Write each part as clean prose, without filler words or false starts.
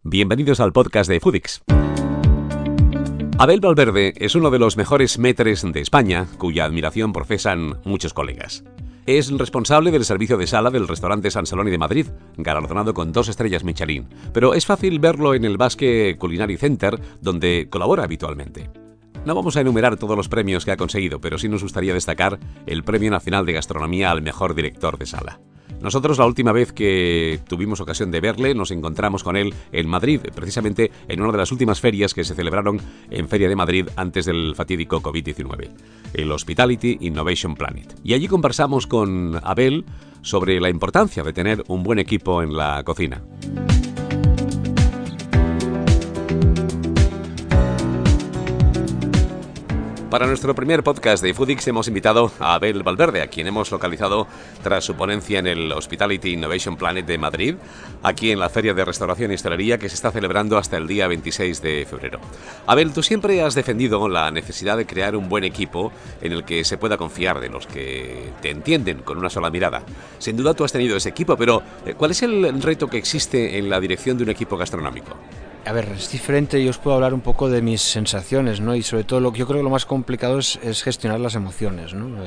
Bienvenidos al podcast de Foodix. Abel Valverde es uno de los mejores maîtres de España, cuya admiración profesan muchos colegas. Es responsable del servicio de sala del restaurante San Celoni de Madrid, galardonado con 2 estrellas Michelin, pero es fácil verlo en el Basque Culinary Center, donde colabora habitualmente. No vamos a enumerar todos los premios que ha conseguido, pero sí nos gustaría destacar el Premio Nacional de Gastronomía al Mejor Director de Sala. Nosotros la última vez que tuvimos ocasión de verle nos encontramos con él en Madrid, precisamente en una de las últimas ferias que se celebraron en Feria de Madrid antes del fatídico COVID-19, el Hospitality Innovation Planet. Y allí conversamos con Abel sobre la importancia de tener un buen equipo en la cocina. Para nuestro primer podcast de Foodix hemos invitado a Abel Valverde, a quien hemos localizado tras su ponencia en el Hospitality Innovation Planet de Madrid, aquí en la Feria de Restauración y Hostelería que se está celebrando hasta el día 26 de febrero. Abel, tú siempre has defendido la necesidad de crear un buen equipo en el que se pueda confiar, de los que te entienden con una sola mirada. Sin duda tú has tenido ese equipo, pero ¿cuál es el reto que existe en la dirección de un equipo gastronómico? A ver, es diferente, yo os puedo hablar un poco de mis sensaciones, ¿no? Y sobre todo yo creo que lo más complicado es gestionar las emociones, ¿no?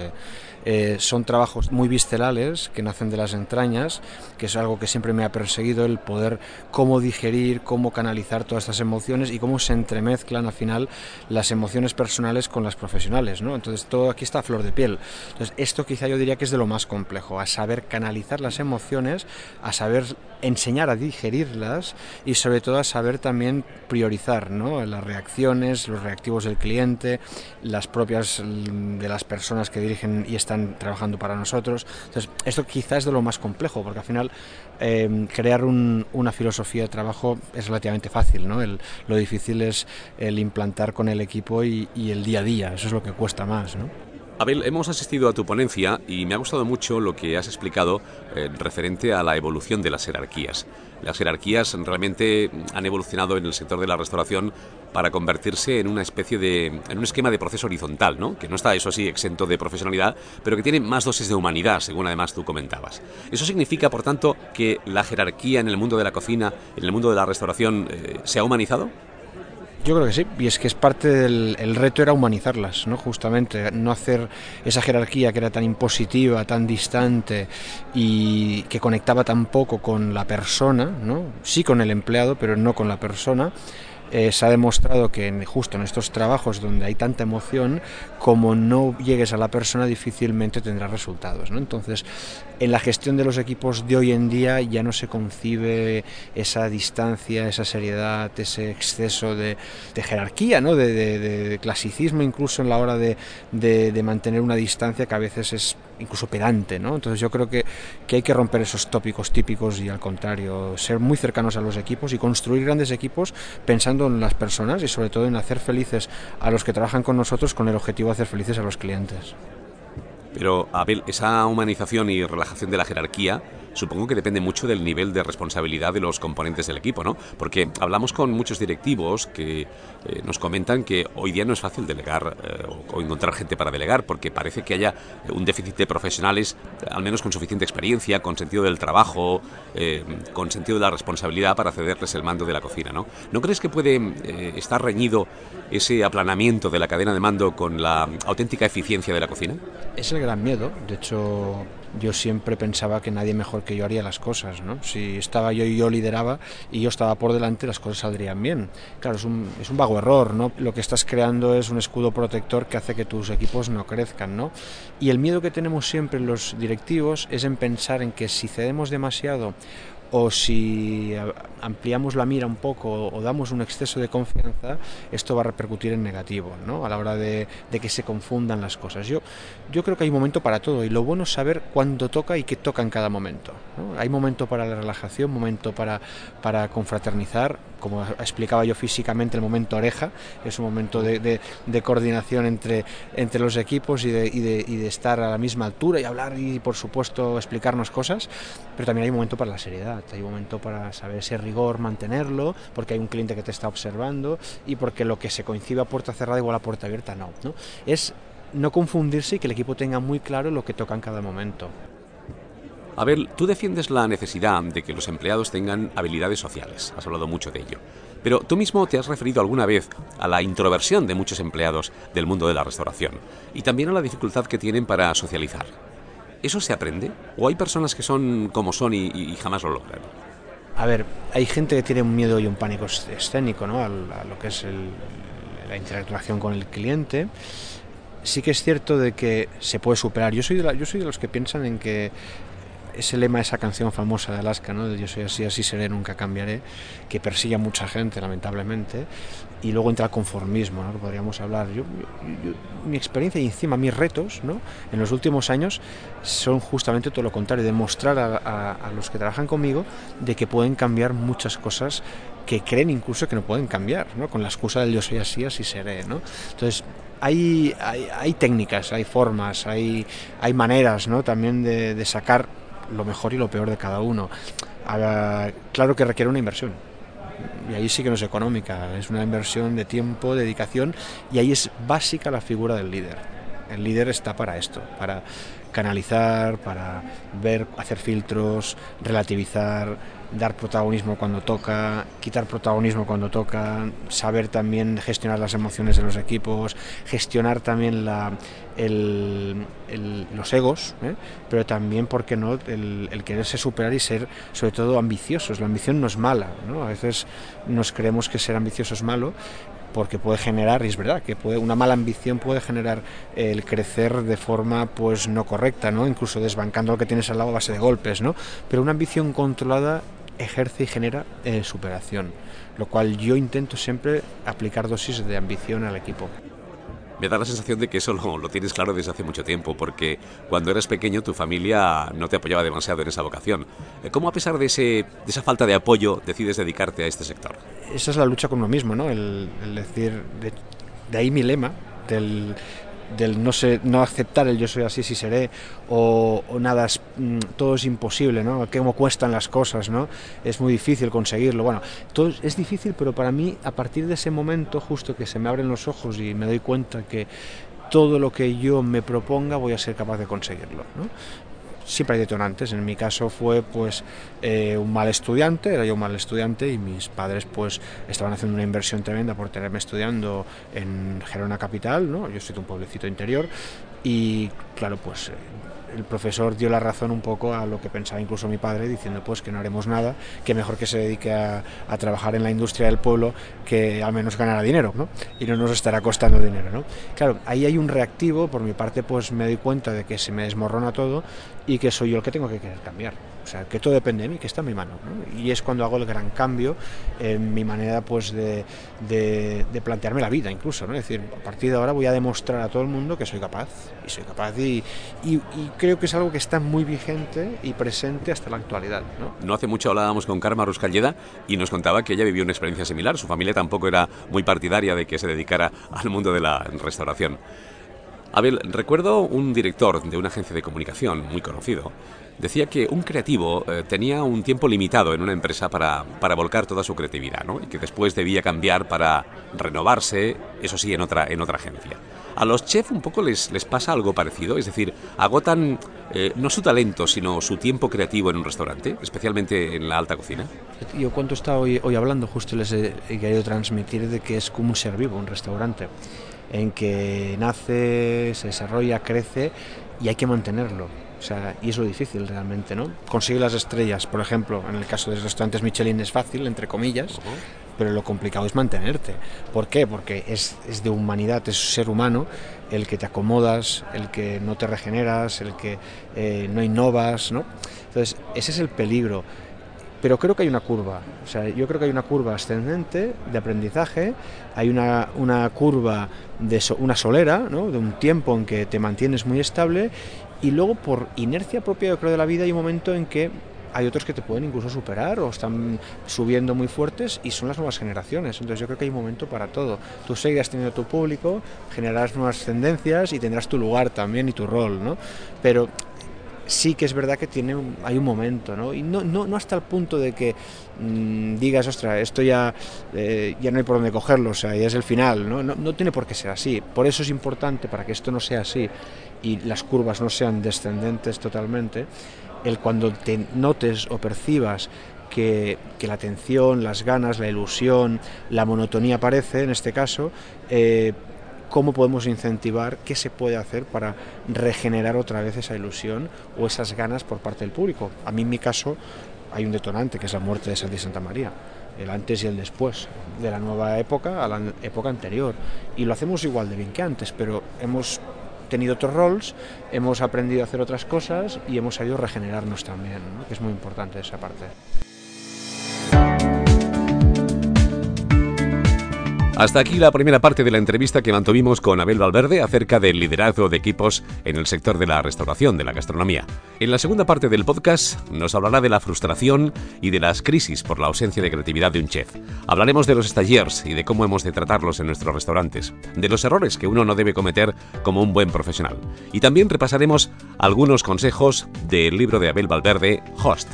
Son trabajos muy viscerales que nacen de las entrañas, que es algo que siempre me ha perseguido, el poder cómo digerir, cómo canalizar todas estas emociones y cómo se entremezclan al final las emociones personales con las profesionales, ¿no? Entonces todo aquí está a flor de piel. Entonces esto quizá yo diría que es de lo más complejo, a saber canalizar las emociones, a saber enseñar a digerirlas y sobre todo a saber también priorizar, ¿no? Las reacciones, los reactivos del cliente, las propias de las personas que dirigen y están trabajando para nosotros. Entonces esto quizás es de lo más complejo, porque al final crear una filosofía de trabajo es relativamente fácil, ¿no? Lo difícil es el implantar con el equipo y el día a día, eso es lo que cuesta más, ¿no? Abel, hemos asistido a tu ponencia y me ha gustado mucho lo que has explicado referente a la evolución de las jerarquías. Las jerarquías realmente han evolucionado en el sector de la restauración para convertirse en una especie en un esquema de proceso horizontal, ¿no? Que no está, eso sí, exento de profesionalidad, pero que tiene más dosis de humanidad, según además tú comentabas. ¿Eso significa, por tanto, que la jerarquía en el mundo de la cocina, en el mundo de la restauración, se ha humanizado? Yo creo que sí, y es que es parte el reto era humanizarlas, ¿no? Justamente, no hacer esa jerarquía que era tan impositiva, tan distante y que conectaba tan poco con la persona, ¿no? Sí con el empleado, pero no con la persona. Se ha demostrado que justo en estos trabajos donde hay tanta emoción, como no llegues a la persona difícilmente tendrás resultados, ¿no? Entonces, en la gestión de los equipos de hoy en día ya no se concibe esa distancia, esa seriedad, ese exceso de jerarquía, ¿no? De clasicismo incluso en la hora de mantener una distancia que a veces es incluso pedante, ¿no? Entonces yo creo que hay que romper esos tópicos típicos y al contrario, ser muy cercanos a los equipos y construir grandes equipos pensando en las personas y sobre todo en hacer felices a los que trabajan con nosotros con el objetivo de hacer felices a los clientes. Pero, Abel, esa humanización y relajación de la jerarquía supongo que depende mucho del nivel de responsabilidad de los componentes del equipo, ¿no? Porque hablamos con muchos directivos que nos comentan que hoy día no es fácil delegar o encontrar gente para delegar, porque parece que haya un déficit de profesionales, al menos con suficiente experiencia, con sentido del trabajo, con sentido de la responsabilidad para cederles el mando de la cocina, ¿no? ¿No crees que puede estar reñido ese aplanamiento de la cadena de mando con la auténtica eficiencia de la cocina? Es el gran miedo. De hecho, yo siempre pensaba que nadie mejor que yo haría las cosas, ¿no? Si estaba yo y yo lideraba y yo estaba por delante, las cosas saldrían bien. Claro, es un vago error, ¿no? Lo que estás creando es un escudo protector que hace que tus equipos no crezcan, ¿no? Y el miedo que tenemos siempre los directivos es en pensar en que si cedemos demasiado o si ampliamos la mira un poco o damos un exceso de confianza, esto va a repercutir en negativo, ¿no? A la hora de que se confundan las cosas. Yo creo que hay momento para todo y lo bueno es saber cuándo toca y qué toca en cada momento, ¿no? Hay momento para la relajación, momento para confraternizar, como explicaba yo físicamente, el momento oreja, es un momento de coordinación entre los equipos y de estar a la misma altura y hablar y por supuesto explicarnos cosas, pero también hay un momento para la seriedad, hay un momento para saber ese rigor, mantenerlo, porque hay un cliente que te está observando y porque lo que se concibe a puerta cerrada igual a puerta abierta no. Es no confundirse y que el equipo tenga muy claro lo que toca en cada momento. Abel, tú defiendes la necesidad de que los empleados tengan habilidades sociales. Has hablado mucho de ello. Pero tú mismo te has referido alguna vez a la introversión de muchos empleados del mundo de la restauración y también a la dificultad que tienen para socializar. ¿Eso se aprende? ¿O hay personas que son como son y jamás lo logran? A ver, hay gente que tiene un miedo y un pánico escénico, ¿no? A lo que es la interacción con el cliente. Sí que es cierto de que se puede superar. Yo soy de los que piensan en que ese lema, esa canción famosa de Alaska, ¿no? De yo soy así, así seré, nunca cambiaré, que persigue a mucha gente, lamentablemente, y luego entra el conformismo, ¿no? Que podríamos hablar. Mi experiencia y encima mis retos, ¿no? En los últimos años son justamente todo lo contrario, demostrar a los que trabajan conmigo de que pueden cambiar muchas cosas que creen incluso que no pueden cambiar, ¿no? Con la excusa del yo soy así, así seré, ¿no? Entonces, hay técnicas, hay formas, hay maneras, ¿no? También de sacar lo mejor y lo peor de cada uno. Claro que requiere una inversión, y ahí sí que no es económica, es una inversión de tiempo, dedicación, y ahí es básica la figura del líder. El líder está para esto, para canalizar, para ver, hacer filtros, relativizar, dar protagonismo cuando toca, quitar protagonismo cuando toca, saber también gestionar las emociones de los equipos, gestionar también los egos, pero también, ¿por qué no?, el quererse superar y ser, sobre todo, ambiciosos. La ambición no es mala, ¿no? A veces nos creemos que ser ambicioso es malo, porque puede generar, y es verdad, que una mala ambición puede generar el crecer de forma pues no correcta, ¿no? Incluso desbancando lo que tienes al lado a base de golpes, ¿no? Pero una ambición controlada ejerce y genera superación, lo cual yo intento siempre aplicar dosis de ambición al equipo. Me da la sensación de que eso lo tienes claro desde hace mucho tiempo, porque cuando eras pequeño tu familia no te apoyaba demasiado en esa vocación. ¿Cómo, a pesar de esa falta de apoyo, decides dedicarte a este sector? Esa es la lucha con uno mismo, ¿no? El decir, de ahí mi lema, del no aceptar el yo soy así, sí seré, o nada, todo es imposible, ¿no? Cómo cuestan las cosas, ¿no? Es muy difícil conseguirlo. Bueno, todo es difícil, pero para mí, a partir de ese momento, justo que se me abren los ojos y me doy cuenta que todo lo que yo me proponga voy a ser capaz de conseguirlo, ¿no? Siempre hay detonantes. En mi caso fue pues un mal estudiante, era yo un mal estudiante, y mis padres pues estaban haciendo una inversión tremenda por tenerme estudiando en Gerona capital, ¿no? Yo soy de un pueblecito interior, y claro, pues el profesor dio la razón un poco a lo que pensaba incluso mi padre, diciendo pues que no haremos nada, que mejor que se dedique a trabajar en la industria del pueblo, que al menos ganará dinero, ¿no? Y no nos estará costando dinero, ¿no? Claro, ahí hay un reactivo. Por mi parte pues me doy cuenta de que se me desmorona todo y que soy yo el que tengo que querer cambiar. O sea, que todo depende de mí, que está en mi mano, ¿no? Y es cuando hago el gran cambio en mi manera pues de plantearme la vida incluso, ¿no? Es decir, a partir de ahora voy a demostrar a todo el mundo que soy capaz, y creo que es algo que está muy vigente y presente hasta la actualidad, ¿no? No hace mucho hablábamos con Carme Ruscalleda y nos contaba que ella vivió una experiencia similar. Su familia tampoco era muy partidaria de que se dedicara al mundo de la restauración. Abel, recuerdo un director de una agencia de comunicación muy conocido. Decía que un creativo tenía un tiempo limitado en una empresa para volcar toda su creatividad, ¿no? Y que después debía cambiar para renovarse, eso sí, en otra agencia. ¿A los chefs un poco les pasa algo parecido? Es decir, agotan no su talento, sino su tiempo creativo en un restaurante, especialmente en la alta cocina. Yo cuando estaba hoy hablando, justo les he querido transmitir de que es como un ser vivo, un restaurante, en que nace, se desarrolla, crece, y hay que mantenerlo. O sea, y es lo difícil realmente, ¿no? Conseguir las estrellas, por ejemplo, en el caso de los restaurantes Michelin es fácil, entre comillas, pero lo complicado es mantenerte. ¿Por qué? Porque es de humanidad, es ser humano el que te acomodas, el que no te regeneras, el que no innovas, ¿no? Entonces, ese es el peligro. Pero creo que hay una curva, o sea, yo creo que hay una curva ascendente de aprendizaje, hay una curva de una solera, ¿no? De un tiempo en que te mantienes muy estable, y luego por inercia propia, yo creo, de la vida, hay un momento en que hay otros que te pueden incluso superar o están subiendo muy fuertes y son las nuevas generaciones. Entonces yo creo que hay un momento para todo. Tú seguirás teniendo tu público, generarás nuevas tendencias y tendrás tu lugar también y tu rol, ¿no? Pero sí que es verdad que hay un momento, ¿no? Y no hasta el punto de que digas, ostras, esto ya no hay por dónde cogerlo, o sea, ya es el final, ¿no? No tiene por qué ser así. Por eso es importante, para que esto no sea así y las curvas no sean descendentes totalmente, el cuando te notes o percibas que la atención, las ganas, la ilusión, la monotonía aparece, en este caso, cómo podemos incentivar, qué se puede hacer para regenerar otra vez esa ilusión o esas ganas por parte del público. A mí, en mi caso, hay un detonante, que es la muerte de Santi Santamaría, el antes y el después, de la nueva época a la época anterior. Y lo hacemos igual de bien que antes, pero hemos tenido otros roles, hemos aprendido a hacer otras cosas y hemos sabido regenerarnos también, ¿no? Que es muy importante esa parte. Hasta aquí la primera parte de la entrevista que mantuvimos con Abel Valverde acerca del liderazgo de equipos en el sector de la restauración, de la gastronomía. En la segunda parte del podcast nos hablará de la frustración y de las crisis por la ausencia de creatividad de un chef. Hablaremos de los stagiairs y de cómo hemos de tratarlos en nuestros restaurantes, de los errores que uno no debe cometer como un buen profesional. Y también repasaremos algunos consejos del libro de Abel Valverde, Host.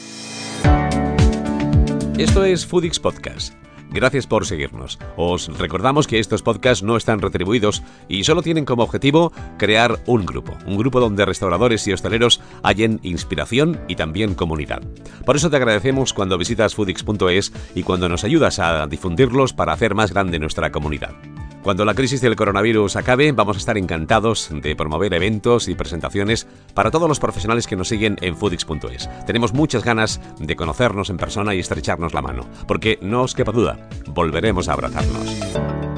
Esto es Foodix Podcast. Gracias por seguirnos. Os recordamos que estos podcasts no están retribuidos y solo tienen como objetivo crear un grupo donde restauradores y hosteleros hallen inspiración y también comunidad. Por eso te agradecemos cuando visitas foodix.es y cuando nos ayudas a difundirlos para hacer más grande nuestra comunidad. Cuando la crisis del coronavirus acabe, vamos a estar encantados de promover eventos y presentaciones para todos los profesionales que nos siguen en foodix.es. Tenemos muchas ganas de conocernos en persona y estrecharnos la mano, porque no os quepa duda, volveremos a abrazarnos.